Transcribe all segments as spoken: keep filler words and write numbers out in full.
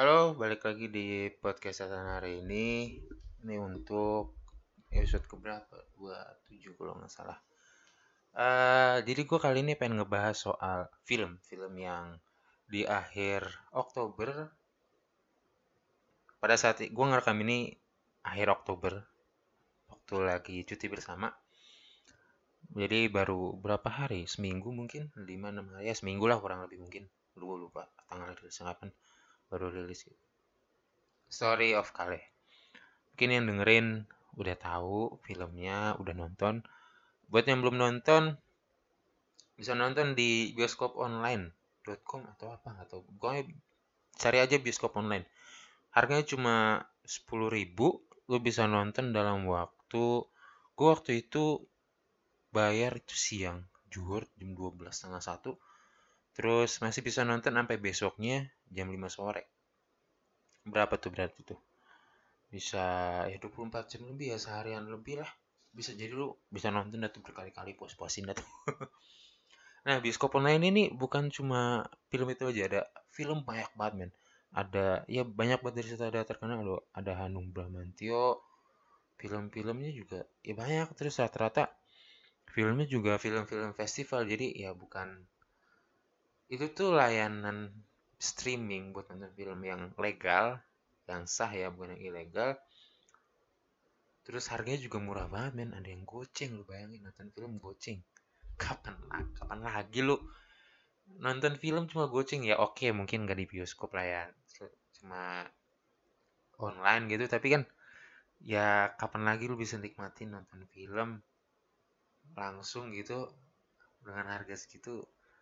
Halo, balik lagi di podcast Satan hari ini. Ini untuk episode keberapa? dua puluh tujuh kalau nggak salah. Eh, jadi gue kali ini pengen ngebahas soal film. Film yang di akhir Oktober. Pada saat gue ngerekam ini akhir Oktober. Waktu lagi cuti bersama. Jadi baru berapa hari? Seminggu mungkin? lima enam hari ya. Seminggu lah kurang lebih mungkin. Gue lupa tanggal rilisnya kapan. Baru rilis gitu. Story of Kale. Mungkin yang dengerin udah tahu filmnya, udah nonton. Buat yang belum nonton, bisa nonton di bioskop online dot com atau apa nggak tahu. Pokoknya cari aja bioskop online. Harganya cuma sepuluh ribu, lu bisa nonton dalam waktu. Gue waktu itu bayar itu siang, juhur jam dua belas setengah satu. Terus masih bisa nonton sampai besoknya jam lima sore. Berapa tuh berarti tuh? Bisa ya dua puluh empat jam lebih ya, seharian lebih lah. Bisa jadi lu bisa nonton dah tuh berkali-kali, puas-puasin dah tuh. Nah, bioskop online ini bukan cuma film itu aja, ada film banyak banget men. Ada ya banyak banget dari situ, ada terkenal loh, ada Hanung Bramantyo, film-filmnya juga ya banyak, terus rata-rata filmnya juga film-film festival. Jadi ya bukan, itu tuh layanan streaming buat nonton film yang legal, yang sah ya, bukan yang ilegal. Terus harganya juga murah banget men, ada yang goceng, lu bayangin nonton film goceng. Kapan lagi, kapan lagi lu nonton film cuma goceng ya? Oke, mungkin gak di bioskop lah ya, cuma online gitu, tapi kan ya kapan lagi lu bisa nikmatin nonton film langsung gitu dengan harga segitu.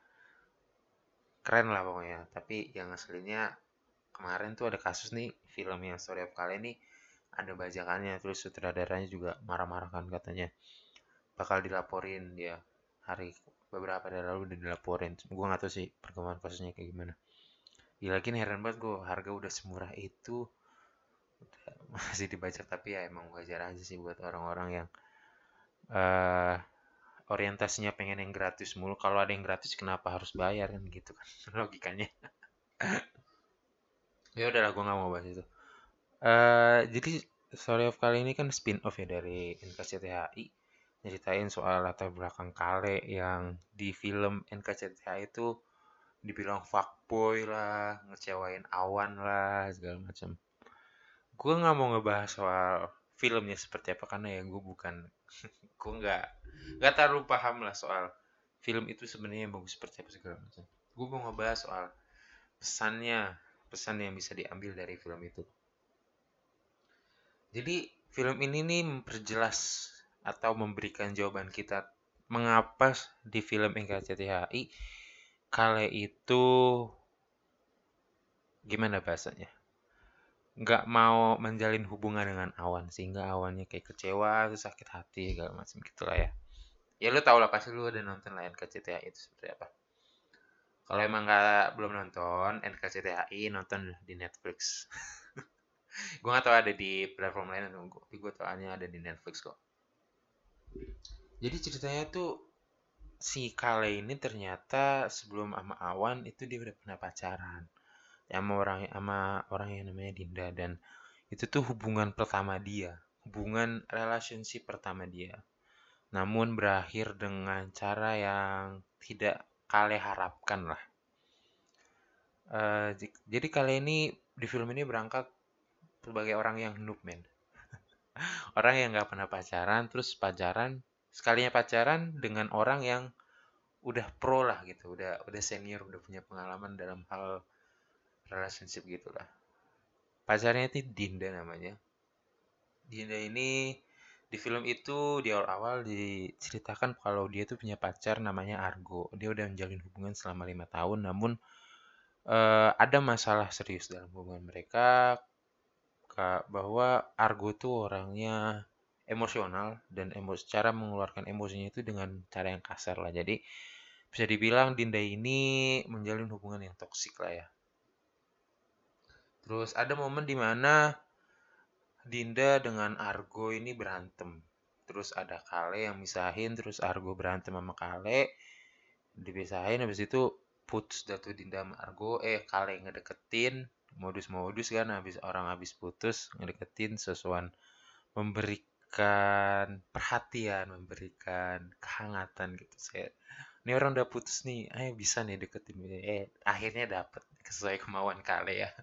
Keren lah pokoknya. Tapi yang aslinya kemarin tuh ada kasus nih, film yang Story of Kale ini ada bajakannya, terus sutradaranya juga marah-marah kan, katanya bakal dilaporin dia. Hari beberapa hari lalu udah dilaporin. Gue nggak tahu sih perkembangan kasusnya kayak gimana. Ya lagi nih, heran banget gue, harga udah semurah itu udah masih dibajak. Tapi ya emang wajar aja sih buat orang-orang yang eh orientasinya pengen yang gratis mulu. Kalau ada yang gratis kenapa harus bayar kan gitu kan logikanya. Ya udahlah, gue nggak mau bahas itu. Eh jadi Story of Kale ini kan spin off ya dari N K C T H I, nyeritain soal latar belakang Kale yang di film N K C T H I itu dibilang fuckboy lah, ngecewain Awan lah, segala macam. Gue nggak mau ngebahas soal filmnya seperti apa karena ya gue bukan, gue nggak nggak terlalu paham lah soal film itu sebenarnya yang bagus seperti apa segala macam. Gue mau ngebahas soal pesannya, pesan yang bisa diambil dari film itu. Jadi film ini nih memperjelas atau memberikan jawaban kita mengapa di film N K C T H I Kale itu, gimana bahasanya, nggak mau menjalin hubungan dengan Awan, sehingga Awannya kayak kecewa terus sakit hati segala macam gitulah ya. Ya lu tau lah, pasti lu udah nonton lah N K C T H I itu seperti apa. Kalau emang nggak belum nonton N K C T H I, nonton di Netflix. Gue nggak tahu ada di platform lain atau gue, tapi gue tahu ada di Netflix kok. Jadi ceritanya tuh si Kale ini ternyata sebelum sama Awan itu dia udah pernah pacaran sama orang sama orang yang namanya Dinda, dan itu tuh hubungan pertama dia, hubungan relationship pertama dia. Namun berakhir dengan cara yang tidak Kale harapkan lah. Eh, jadi Kale ini di film ini berangkat sebagai orang yang noob men. Orang yang nggak pernah pacaran, terus pacaran, sekalinya pacaran dengan orang yang udah pro lah gitu, udah udah senior, udah punya pengalaman dalam hal relationship gitulah. Pacarnya itu Dinda namanya. Dinda ini di film itu di awal-awal diceritakan kalau dia tuh punya pacar namanya Argo. Dia udah menjalin hubungan selama lima tahun, namun eh, ada masalah serius dalam hubungan mereka, Kak, bahwa Argo tuh orangnya emosional, dan emos cara mengeluarkan emosinya itu dengan cara yang kasar lah. Jadi bisa dibilang Dinda ini menjalin hubungan yang toksik lah ya. Terus ada momen di mana Dinda dengan Argo ini berantem. Terus ada Kale yang misahin, terus Argo berantem sama Kale, dipisahin, habis itu putus dah tuh Dinda sama Argo, eh Kale ngedeketin modus-modus kan, habis orang habis putus ngedeketin sesuatu, memberikan perhatian, memberikan kehangatan gitu. Saya, ini orang udah putus nih, ayo bisa nih deketin. Eh, akhirnya dapet sesuai kemauan kali ya.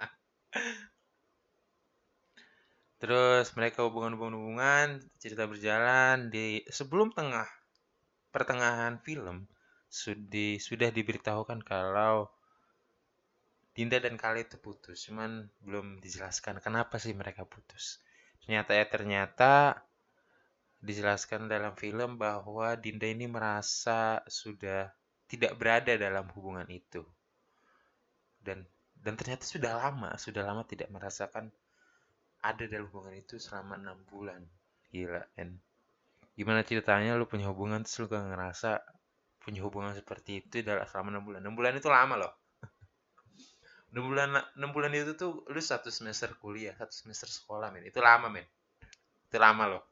Terus mereka hubungan-hubungan, cerita berjalan di sebelum tengah pertengahan film sudah sudah diberitahukan kalau Dinda dan Kale itu putus, cuman belum dijelaskan kenapa sih mereka putus. Ternyata ya ternyata dijelaskan dalam film bahwa Dinda ini merasa sudah tidak berada dalam hubungan itu. Dan dan ternyata sudah lama, sudah lama tidak merasakan ada dalam hubungan itu selama enam bulan. Gila, kan? Gimana ceritanya lu punya hubungan terus lu gak ngerasa punya hubungan seperti itu dalam selama enam bulan. enam bulan itu lama loh. enam bulan enam bulan itu tuh lu satu semester kuliah, satu semester sekolah, men. Itu lama, men. Itu lama loh.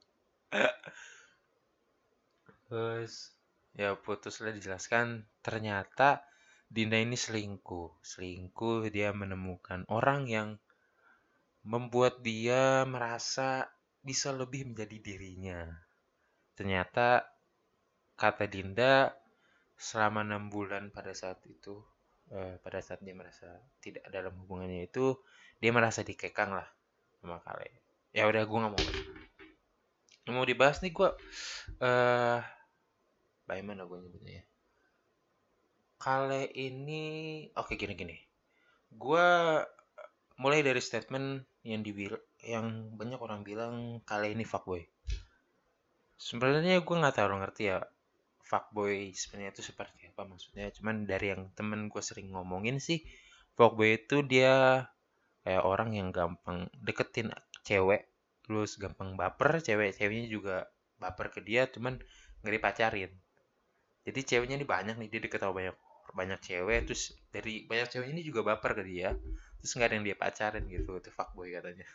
Terus ya putuslah dijelaskan ternyata Dinda ini selingkuh. Selingkuh, dia menemukan orang yang membuat dia merasa bisa lebih menjadi dirinya. Ternyata kata Dinda selama enam bulan pada saat itu, eh, pada saat dia merasa tidak dalam hubungannya itu, dia merasa dikekang lah sama Kale. Ya udah, gue nggak mau nggak mau dibahas nih. Gue eh bagaimana gue nyebutnya ya, Kale ini oke, gini-gini. Gue mulai dari statement yang dibil yang banyak orang bilang Kale ini fuckboy. Sebenarnya gue nggak terlalu ngerti ya fuckboy sebenarnya itu seperti apa maksudnya. Cuman dari yang temen gue sering ngomongin sih, fuckboy itu dia kayak orang yang gampang deketin cewek, terus gampang baper, cewek-ceweknya juga baper ke dia, cuman nggak dipacarin. Jadi ceweknya ini banyak nih, dia deket sama banyak banyak cewek, terus dari banyak cewek ini juga baper ke dia, terus nggak ada yang dia pacarin gitu. Itu fuckboy katanya.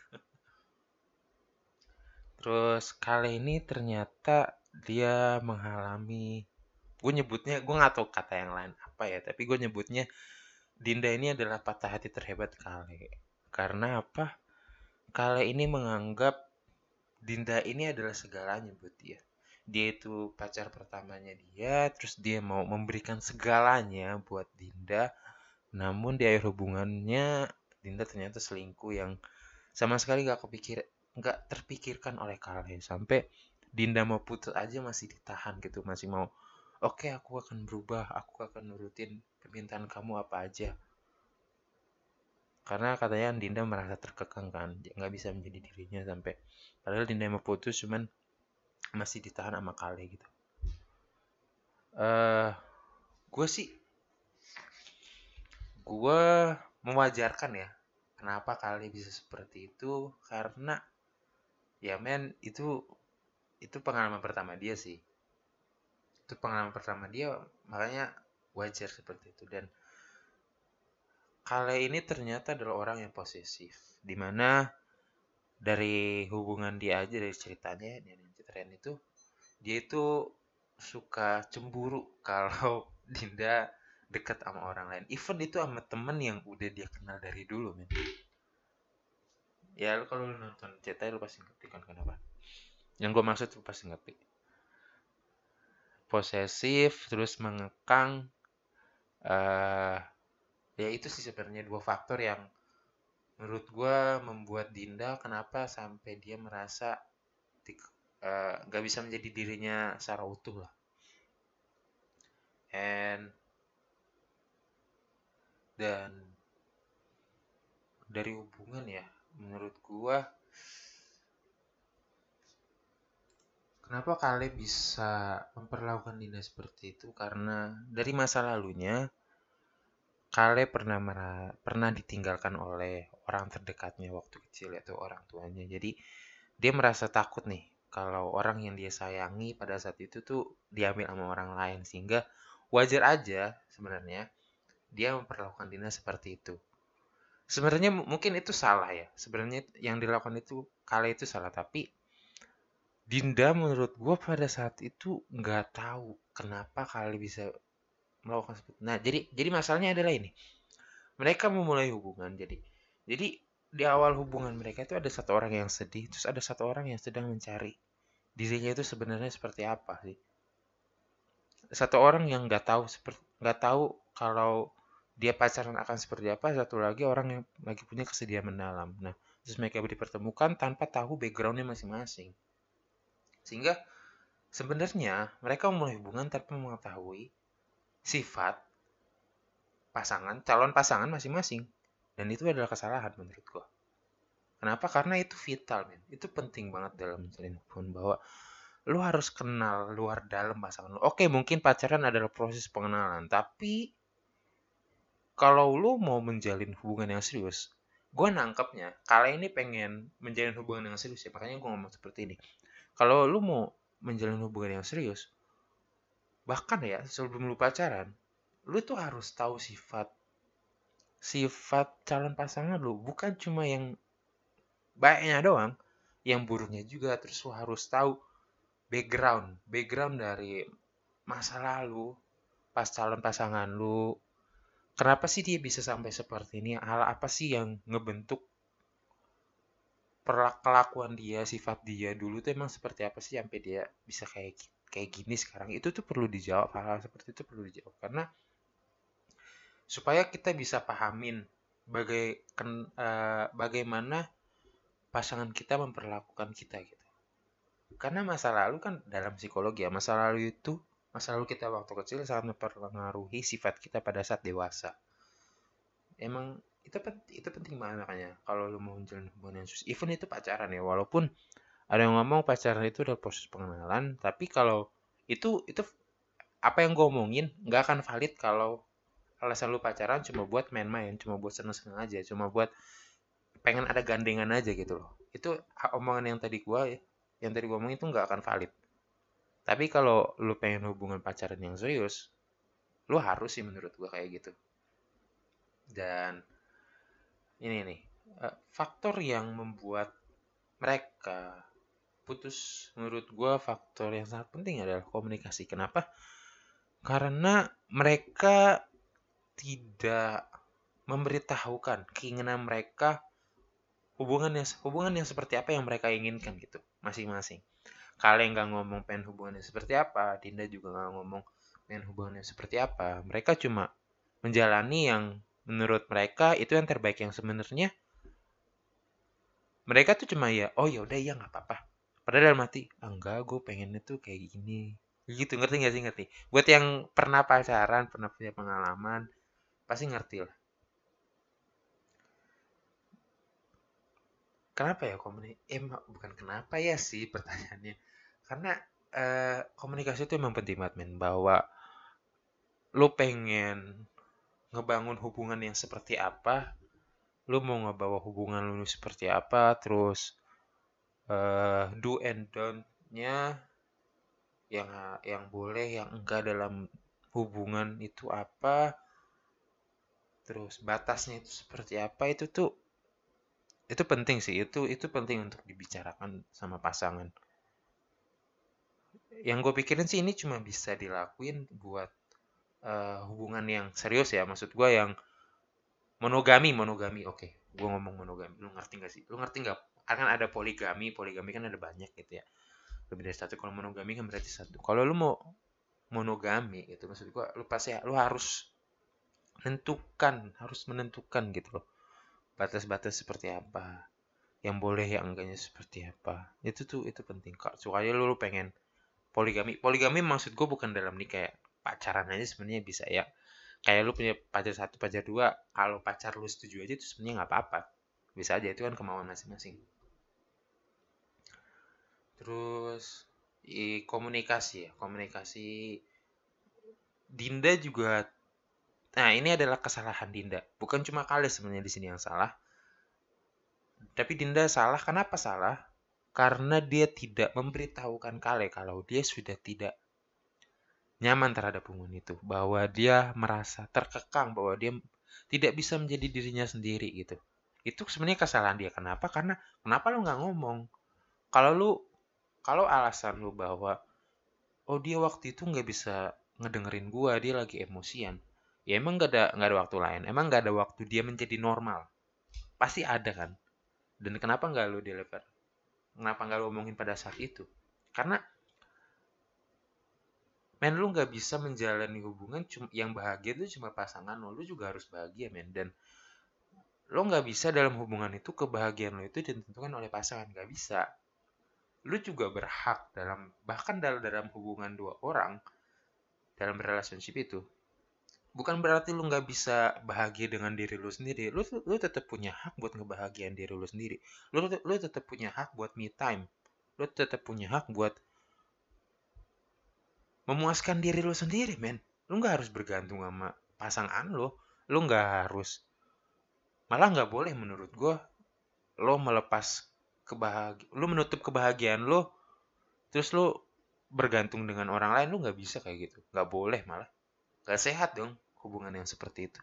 Terus kali ini ternyata dia mengalami, gue nyebutnya, gue nggak tahu kata yang lain apa ya, tapi gue nyebutnya Dinda ini adalah patah hati terhebat Kale. Karena apa? Kale ini menganggap Dinda ini adalah segalanya buat dia. Dia itu pacar pertamanya dia, terus dia mau memberikan segalanya buat Dinda. Namun di akhir hubungannya, Dinda ternyata selingkuh yang sama sekali gak kepikir, gak terpikirkan oleh Kale. Sampai Dinda mau putus aja masih ditahan gitu, masih mau, oke, okay, aku akan berubah, aku akan nurutin permintaan kamu apa aja. Karena katanya Dinda merasa terkekang kan, nggak bisa menjadi dirinya, sampai padahal Dinda mau putus cuman masih ditahan sama Kale gitu. Eh, uh, gue sih, gue mewajarkan ya kenapa Kale bisa seperti itu, karena ya men itu itu pengalaman pertama dia sih. Itu pengalaman pertama dia, makanya wajar seperti itu. Dan Kale ini ternyata adalah orang yang posesif, dimana dari hubungan dia aja, dari ceritanya, dari ceritanya itu, dia itu suka cemburu kalau Dinda deket sama orang lain. Even itu sama temen yang udah dia kenal dari dulu, men. Ya lu kalau lu nonton ceritanya lu pasti ngerti kan kenapa. Yang gue maksud lu pasti ngerti. Posesif, terus mengekang. Uh, ya itu sih sebenarnya dua faktor yang menurut gue membuat Dinda kenapa sampai dia merasa uh, gak bisa menjadi dirinya secara utuh lah. And dan dari hubungan ya, menurut gua kenapa Kale bisa memperlakukan Dinda seperti itu, karena dari masa lalunya Kale pernah merah, pernah ditinggalkan oleh orang terdekatnya waktu kecil, yaitu orang tuanya. Jadi dia merasa takut nih kalau orang yang dia sayangi pada saat itu tuh diambil sama orang lain, sehingga wajar aja sebenarnya dia memperlakukan Dinda seperti itu. Sebenarnya mungkin itu salah ya. Sebenarnya yang dilakukan itu Kale itu salah, tapi Dinda menurut gue pada saat itu nggak tahu kenapa Kale bisa melakukan seperti itu. Nah, jadi jadi masalahnya adalah ini. Mereka memulai hubungan, jadi jadi di awal hubungan mereka itu ada satu orang yang sedih, terus ada satu orang yang sedang mencari dirinya itu sebenarnya seperti apa sih. Satu orang yang nggak tahu seperti nggak tahu kalau dia pacaran akan seperti apa, satu lagi orang yang lagi punya kesedihan mendalam. Nah, terus mereka dipertemukan tanpa tahu backgroundnya masing-masing, sehingga sebenarnya mereka memulai hubungan tanpa mengetahui sifat pasangan, calon pasangan masing-masing. Dan itu adalah kesalahan menurut gua. Kenapa? Karena itu vital, men. Itu penting banget dalam menjalin hubungan, bahwa lu harus kenal luar dalam pasangan lu. Oke, mungkin pacaran adalah proses pengenalan, tapi kalau lu mau menjalin hubungan yang serius, gue nangkepnya, kalian ini pengen menjalin hubungan yang serius ya, makanya gue ngomong seperti ini. Kalau lu mau menjalin hubungan yang serius, bahkan ya sebelum lu pacaran, lu tuh harus tahu sifat sifat calon pasangan lu, bukan cuma yang baiknya doang, yang buruknya juga. Terus lu harus tahu background background dari masa lalu pas calon pasangan lu. Kenapa sih dia bisa sampai seperti ini? Hal apa sih yang ngebentuk kelakuan dia, sifat dia dulu tuh emang seperti apa sih sampai dia bisa kayak kayak gini sekarang? Itu tuh perlu dijawab, hal-hal seperti itu perlu dijawab, karena supaya kita bisa pahamin bagai, uh, bagaimana pasangan kita memperlakukan kita gitu. Karena masa lalu kan dalam psikologi ya, masa lalu itu masa lalu kita waktu kecil sangat mempengaruhi sifat kita pada saat dewasa. Emang itu penting, itu penting banget. Makanya kalau lu mau menjalin hubungan yang serius, even itu pacaran ya, walaupun ada yang ngomong pacaran itu adalah proses pengenalan, tapi kalau itu itu apa yang gue omongin nggak akan valid kalau alasan lu pacaran cuma buat main-main, cuma buat seneng-seneng aja, cuma buat pengen ada gandengan aja gitu loh. Itu omongan yang tadi gue ya, yang tadi gue omongin itu nggak akan valid. Tapi kalau lu pengen hubungan pacaran yang serius, lu harus sih menurut gue kayak gitu. Dan ini nih, uh, faktor yang membuat mereka putus, menurut gue faktor yang sangat penting adalah komunikasi. Kenapa? Karena mereka tidak memberitahukan keinginan mereka, hubungannya hubungan yang seperti apa yang mereka inginkan gitu masing-masing. Kalian nggak ngomong pengen hubungannya seperti apa, Dinda juga nggak ngomong pengen hubungannya seperti apa. Mereka cuma menjalani yang menurut mereka itu yang terbaik, yang sebenarnya mereka tuh cuma ya, oh ya udah ya nggak apa-apa. Padahal dalam hati, ah, enggak, gue pengennya tuh kayak gini. Gitu, ngerti nggak sih? Ngerti. Buat yang pernah pacaran, pernah punya pengalaman, pasti ngerti lah. Kenapa ya komunikasi? Eh, bukan kenapa ya sih pertanyaannya. Karena eh, komunikasi itu emang penting banget, men. Bahwa lo pengen ngebangun hubungan yang seperti apa, lo mau ngebawa hubungan lo seperti apa, terus uh, do and don't-nya, yang yang boleh, yang enggak dalam hubungan itu apa, terus batasnya itu seperti apa, itu tuh itu penting sih, itu itu penting untuk dibicarakan sama pasangan. Yang gue pikirin sih ini cuma bisa dilakuin buat uh, hubungan yang serius ya, maksud gue yang monogami monogami oke, okay. Gue ngomong monogami, lu ngerti gak sih? Lu ngerti nggak? Kan ada poligami, poligami kan ada banyak gitu ya, lebih dari satu. Kalau monogami kan berarti satu. Kalau lu mau monogami itu, maksud gue lu pasti lu harus menentukan, harus menentukan gitu loh, batas-batas seperti apa, yang boleh yang enggaknya seperti apa. Itu tuh itu penting kak. Supaya lu, lu pengen poligami, poligami maksud gue bukan dalam nih kayak pacaran aja, sebenarnya bisa ya, kayak lu punya pacar satu, pacar dua, kalau pacar lu setuju aja itu sebenarnya nggak apa-apa, bisa aja, itu kan kemauan masing-masing. Terus i, komunikasi ya, komunikasi Dinda juga. Nah, ini adalah kesalahan Dinda, bukan cuma kalian sebenarnya di sini yang salah, tapi Dinda salah. Kenapa salah? Karena dia tidak memberitahukan Kale kalau dia sudah tidak nyaman terhadap hubungan itu, bahwa dia merasa terkekang, bahwa dia tidak bisa menjadi dirinya sendiri gitu. Itu sebenarnya kesalahan dia. Kenapa? Karena kenapa lu nggak ngomong? Kalau lu kalau alasan lu bahwa oh dia waktu itu nggak bisa ngedengerin gua, dia lagi emosian, Ya emang nggak ada nggak ada waktu lain, emang nggak ada waktu dia menjadi normal, pasti ada kan. Dan kenapa nggak lu deliver, kenapa nggak lu omongin pada saat itu? Karena men, lu nggak bisa menjalani hubungan cuma yang bahagia itu cuma pasangan lo, lu juga harus bahagia men. Dan lo nggak bisa dalam hubungan itu kebahagiaan lo itu ditentukan oleh pasangan, nggak bisa. Lu juga berhak dalam, bahkan dalam dalam hubungan dua orang, dalam relationship itu bukan berarti lu nggak bisa bahagia dengan diri lu sendiri. Lu lu tetap punya hak buat ngebahagiain diri lu sendiri. Lu lu tetap punya hak buat me time. Lu tetap punya hak buat memuaskan diri lu sendiri, men. Lu nggak harus bergantung sama pasangan lu. Lu nggak harus, malah nggak boleh menurut gue, lo melepas kebahagiaan, lu menutup kebahagiaan lo, terus lo bergantung dengan orang lain. Lu nggak bisa kayak gitu, nggak boleh, malah nggak sehat dong hubungan yang seperti itu.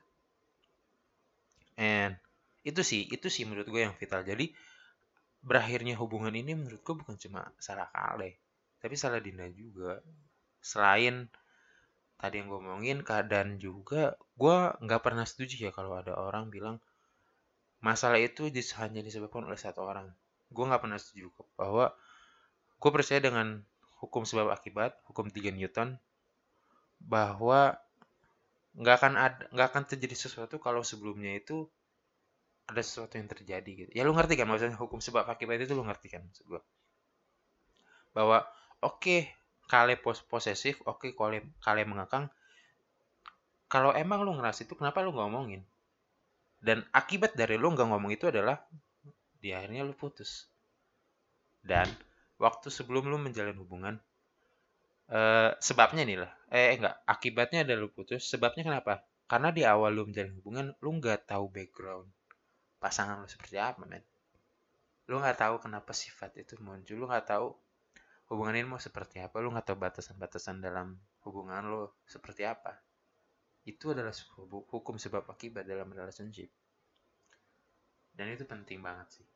And itu sih, itu sih menurut gue yang vital. Jadi berakhirnya hubungan ini menurut gue bukan cuma salah Kale, tapi salah Dina juga. Selain tadi yang gue ngomongin keadaan juga, gue nggak pernah setuju ya kalau ada orang bilang masalah itu hanya disebabkan oleh satu orang. Gue nggak pernah setuju bahwa, gue percaya dengan hukum sebab akibat, hukum tiga Newton, bahwa nggak akan ada nggak akan terjadi sesuatu kalau sebelumnya itu ada sesuatu yang terjadi gitu. Ya lu ngerti kan maksudnya hukum sebab akibat itu, lu ngerti kan maksud gue? Bahwa oke, okay, kale pos posesif, oke, okay, kale kale mengekang. Kalau emang lu ngerasa itu, kenapa lu nggak ngomongin? Dan akibat dari lu nggak ngomong itu adalah di akhirnya lu putus. Dan waktu sebelum lu menjalin hubungan, eh, sebabnya nih lah, eh enggak, akibatnya adalah lu putus. Sebabnya kenapa? Karena di awal lu menjalin hubungan, lu nggak tahu background pasangan lu seperti apa, men. Lu nggak tahu kenapa sifat itu muncul, lu nggak tahu hubungan ini mau seperti apa, lu nggak tahu batasan-batasan dalam hubungan lu seperti apa. Itu adalah hukum sebab akibat dalam relationship. Dan itu penting banget sih.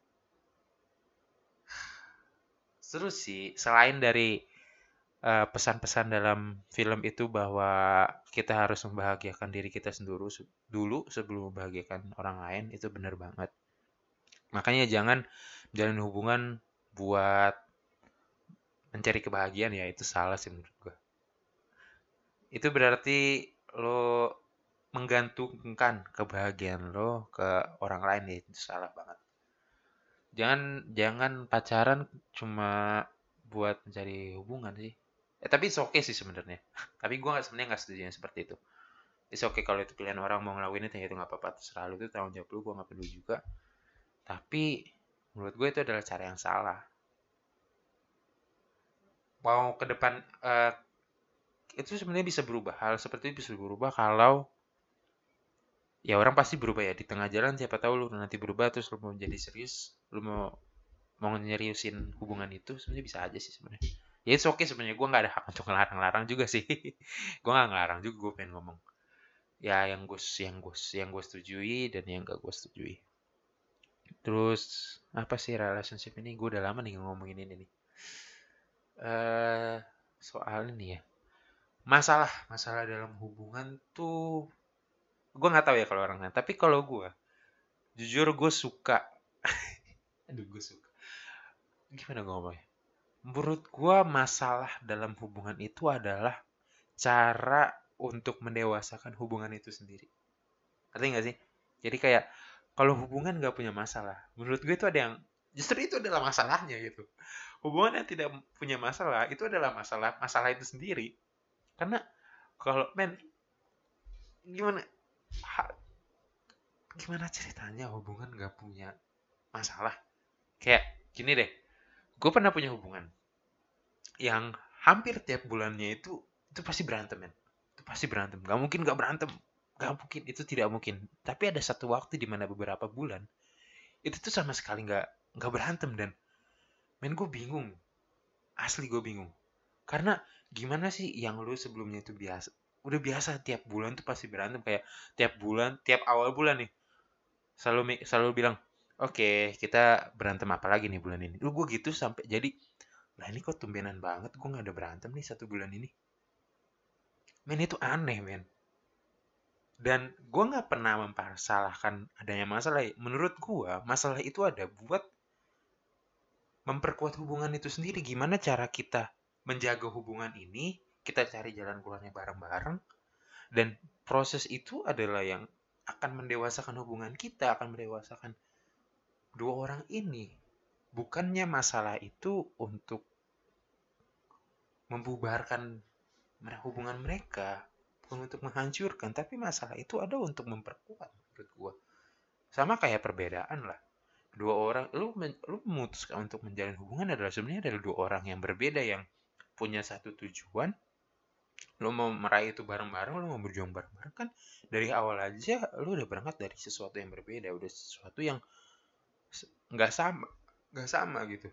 Seru sih, selain dari uh, pesan-pesan dalam film itu bahwa kita harus membahagiakan diri kita sendiri dulu sebelum membahagiakan orang lain, itu benar banget. Makanya jangan jalin hubungan buat mencari kebahagiaan, ya itu salah sih menurut gue. Itu berarti lo menggantungkan kebahagiaan lo ke orang lain, ya itu salah banget. Jangan jangan pacaran cuma buat mencari hubungan sih. Eh, tapi it's okay sih sebenarnya. Tapi gue nggak, sebenarnya nggak setuju yang seperti itu. It's okay kalau itu pilihan orang mau ngelakuin itu, ya itu nggak apa-apa. Terserah lu, itu tanggung jawab lu, gue nggak peduli juga. Tapi menurut gue itu adalah cara yang salah. Mau ke depan, uh, itu sebenarnya bisa berubah. Hal seperti itu bisa berubah kalau ya orang pasti berubah ya di tengah jalan. Siapa tahu lu nanti berubah terus lu mau jadi serius, lu mau mau nyeriusin hubungan itu, sebenarnya bisa aja sih sebenarnya. Ya itu oke sebenarnya, gue nggak ada hak untuk ngelarang-larang juga sih. Gue nggak ngelarang juga, gue pengen ngomong ya yang gue yang gue yang gue setujui dan yang gak gue setujui. Terus apa sih relationship ini, gue udah lama nih ngomongin ini nih. Eh soal ini ya, masalah masalah dalam hubungan tuh, gue nggak tahu ya kalau orang lain, tapi kalau gue jujur gue suka. Aduh, gue suka, gimana gue ngomongnya, menurut gue masalah dalam hubungan itu adalah cara untuk mendewasakan hubungan itu sendiri. Ngerti gak sih? Jadi kayak kalau hubungan gak punya masalah, menurut gue itu ada yang, justru itu adalah masalahnya gitu. Hubungan yang tidak punya masalah itu adalah masalah masalah itu sendiri. Karena kalau men, gimana ha, gimana ceritanya hubungan gak punya masalah? Kayak gini deh, gue pernah punya hubungan yang hampir tiap bulannya itu itu pasti berantem, men. Itu pasti berantem, gak mungkin gak berantem, gak mungkin, itu tidak mungkin. Tapi ada satu waktu di mana beberapa bulan itu tuh sama sekali gak nggak berantem. Dan men, gue bingung, asli gue bingung. Karena gimana sih yang lu sebelumnya itu biasa, udah biasa tiap bulan tuh pasti berantem, kayak tiap bulan, tiap awal bulan nih selalu selalu bilang, oke okay, kita berantem apa lagi nih bulan ini. Lu gue gitu sampai jadi, lah ini kok tumbenan banget gue nggak ada berantem nih satu bulan ini. Men, itu aneh, men. Dan gue nggak pernah mempersalahkan adanya masalah. Menurut gue, masalah itu ada buat memperkuat hubungan itu sendiri. Gimana cara kita menjaga hubungan ini, kita cari jalan keluarnya bareng-bareng, dan proses itu adalah yang akan mendewasakan hubungan kita, akan mendewasakan dua orang ini. Bukannya masalah itu untuk membubarkan hubungan mereka, bukan untuk menghancurkan, tapi masalah itu ada untuk memperkuat menurut gua. Sama kayak perbedaan lah. Dua orang, lu lu memutuskan untuk menjalin hubungan adalah sebenarnya adalah dua orang yang berbeda yang punya satu tujuan. Lu mau meraih itu bareng-bareng, lu mau berjuang bareng-bareng kan dari awal aja lu udah berangkat dari sesuatu yang berbeda, udah sesuatu yang nggak sama, nggak sama gitu.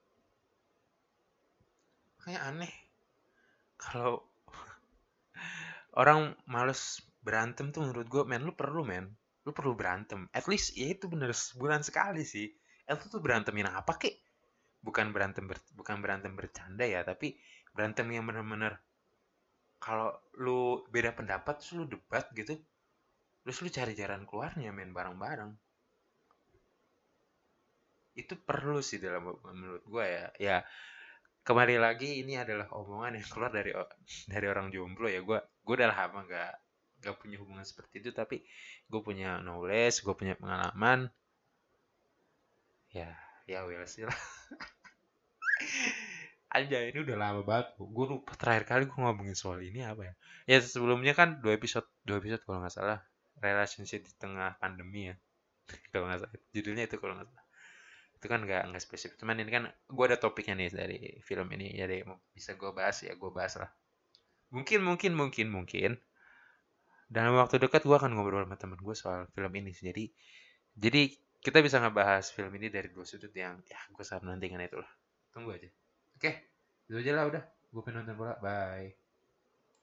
Kayak aneh kalau orang males berantem tuh menurut gue, men, lu perlu, men. Lu perlu berantem. At least, ya itu bener sebulan sekali sih. Itu tuh berantemin apa, kek? Bukan berantem ber, bukan berantem bercanda ya, tapi berantem yang bener-bener kalau lu beda pendapat, terus lu debat gitu, terus lu cari jalan keluarnya, men, bareng-bareng. Itu perlu sih dalam menurut gue ya. Ya, kembali lagi ini adalah omongan yang keluar dari dari orang jomblo ya. Gue gue udah lama gak gak punya hubungan seperti itu, tapi gue punya knowledge, gue punya pengalaman. Ya, ya well sih lah. Aja ini udah lama banget. Gue lupa terakhir kali gue ngomongin soal ini apa ya. Ya sebelumnya kan dua episode dua episode kalau nggak salah, relationship di tengah pandemi ya. Kalau nggak salah judulnya itu, kalau nggak salah. Itu kan nggak nggak spesifik. Cuman ini kan gue ada topiknya nih dari film ini, jadi bisa gue bahas, ya gue bahas lah. Mungkin mungkin mungkin mungkin dalam waktu dekat gue akan ngobrol sama temen gue soal film ini. Jadi jadi kita bisa ngebahas film ini dari dua sudut yang ya gue sangat menantikan itu lah. Tunggu aja. Oke, itu aja lah udah. Gue pengen nonton bola. Bye.